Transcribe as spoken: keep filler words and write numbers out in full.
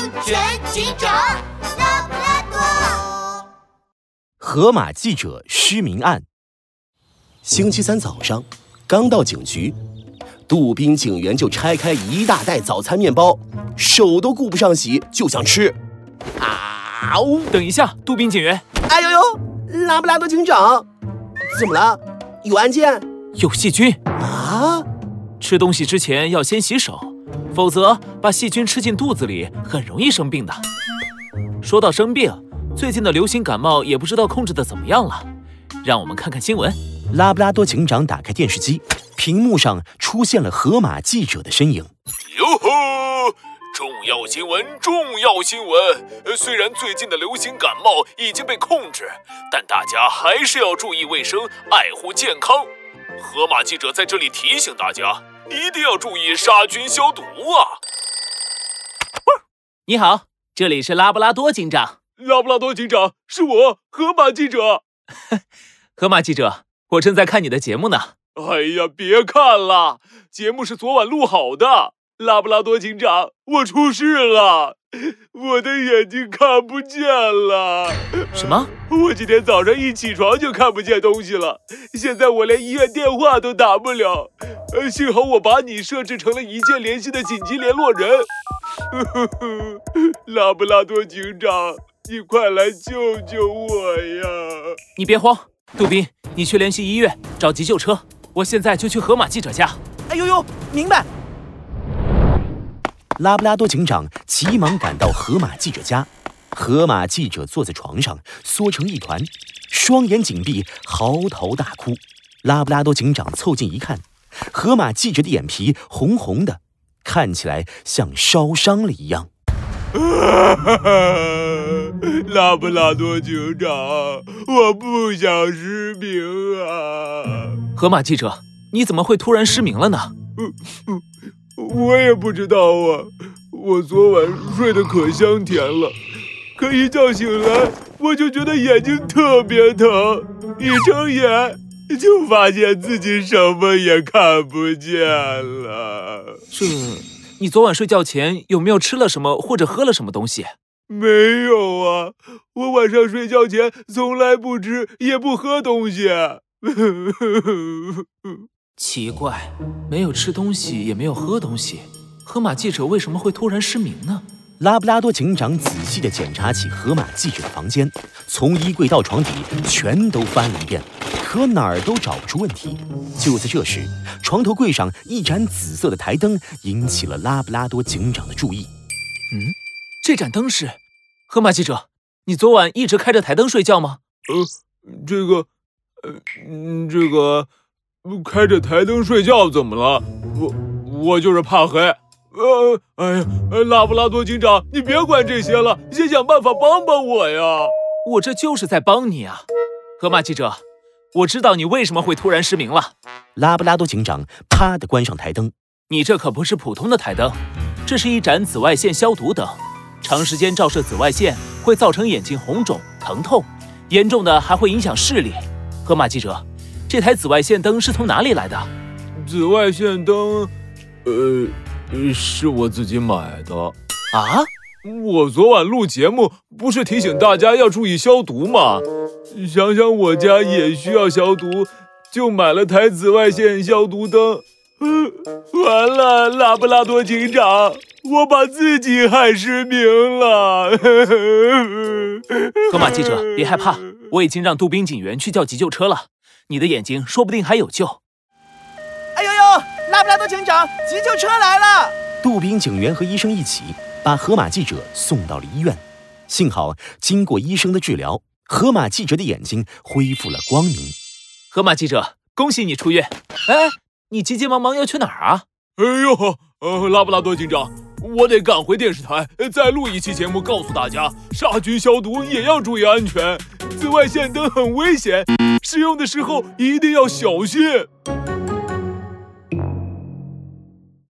全警长拉布拉多。 河马记者失明案。星期三早上，刚到警局，杜宾警员就拆开一大袋早餐面包，手都顾不上洗就想吃。啊呜！ 等一下，杜宾警员。 哎呦呦，拉布拉多警长，怎么了？有案件？ 有细菌啊！ 吃东西之前要先洗手，否则把细菌吃进肚子里很容易生病的。说到生病，最近的流行感冒也不知道控制的怎么样了。让我们看看新闻。 拉布拉多警长打开电视机，屏幕上出现了河马记者的身影。 哟吼！重要新闻，重要新闻！虽然最近的流行感冒已经被控制，但大家还是要注意卫生，爱护健康。河马记者在这里提醒大家，一定要注意杀菌消毒啊！ 你好，这里是拉布拉多警长。 拉布拉多警长，是我，河马记者。 河马记者，我正在看你的节目呢。 哎呀，别看了，节目是昨晚录好的。拉布拉多警长，我出事了，我的眼睛看不见了。 什么？ 我今天早上一起床就看不见东西了，现在我连医院电话都打不了。呃，幸好我把你设置成了一键联系的紧急联络人。拉布拉多警长，你快来救救我呀！ 你别慌，杜宾，你去联系医院找急救车，我现在就去河马记者家。 哎呦呦，明白。拉布拉多警长急忙赶到河马记者家，河马记者坐在床上缩成一团，双眼紧闭，嚎啕大哭。拉布拉多警长凑近一看，河马记者的眼皮红红的，看起来像烧伤了一样。 拉布拉多警长，我不想失明啊！ 河马记者，你怎么会突然失明了呢？ 我也不知道啊，我昨晚睡得可香甜了，可一觉醒来，我就觉得眼睛特别疼，一睁眼就发现自己什么也看不见了。 这，你昨晚睡觉前有没有吃了什么或者喝了什么东西？ 没有啊，我晚上睡觉前从来不吃也不喝东西。 奇怪，没有吃东西也没有喝东西，河马记者为什么会突然失明呢？ 拉布拉多警长仔细地检查起河马记者的房间，从衣柜到床底全都翻了一遍，可哪儿都找不出问题。就在这时，床头柜上一盏紫色的台灯引起了拉布拉多警长的注意。 嗯，这盏灯是……河马记者，你昨晚一直开着台灯睡觉吗？ 呃，这个……呃，这个……开着台灯睡觉怎么了？我我就是怕黑。呃，哎呀，拉布拉多警长，你别管这些了，先想办法帮帮我呀！ 我这就是在帮你啊，河马记者，我知道你为什么会突然失明了。 拉布拉多警长啪地关上台灯。 你这可不是普通的台灯，这是一盏紫外线消毒灯，长时间照射紫外线会造成眼睛红肿、疼痛，严重的还会影响视力。河马记者，这台紫外线灯是从哪里来的？ 紫外线灯，呃，是我自己买的。 啊？ 我昨晚录节目不是提醒大家要注意消毒吗？想想我家也需要消毒，就买了台紫外线消毒灯。完了，拉布拉多警长，我把自己害失明了。 河马记者，别害怕，我已经让杜宾警员去叫急救车了。你的眼睛说不定还有救。 哎呦呦，拉布拉多警长，急救车来了！ 杜宾警员和医生一起把河马记者送到了医院。幸好经过医生的治疗，河马记者的眼睛恢复了光明。 河马记者，恭喜你出院。哎，你急急忙忙要去哪儿啊？ 哎呦，呃，拉布拉多警长，我得赶回电视台，再录一期节目，告诉大家，杀菌消毒也要注意安全，紫外线灯很危险，使用的时候一定要小心。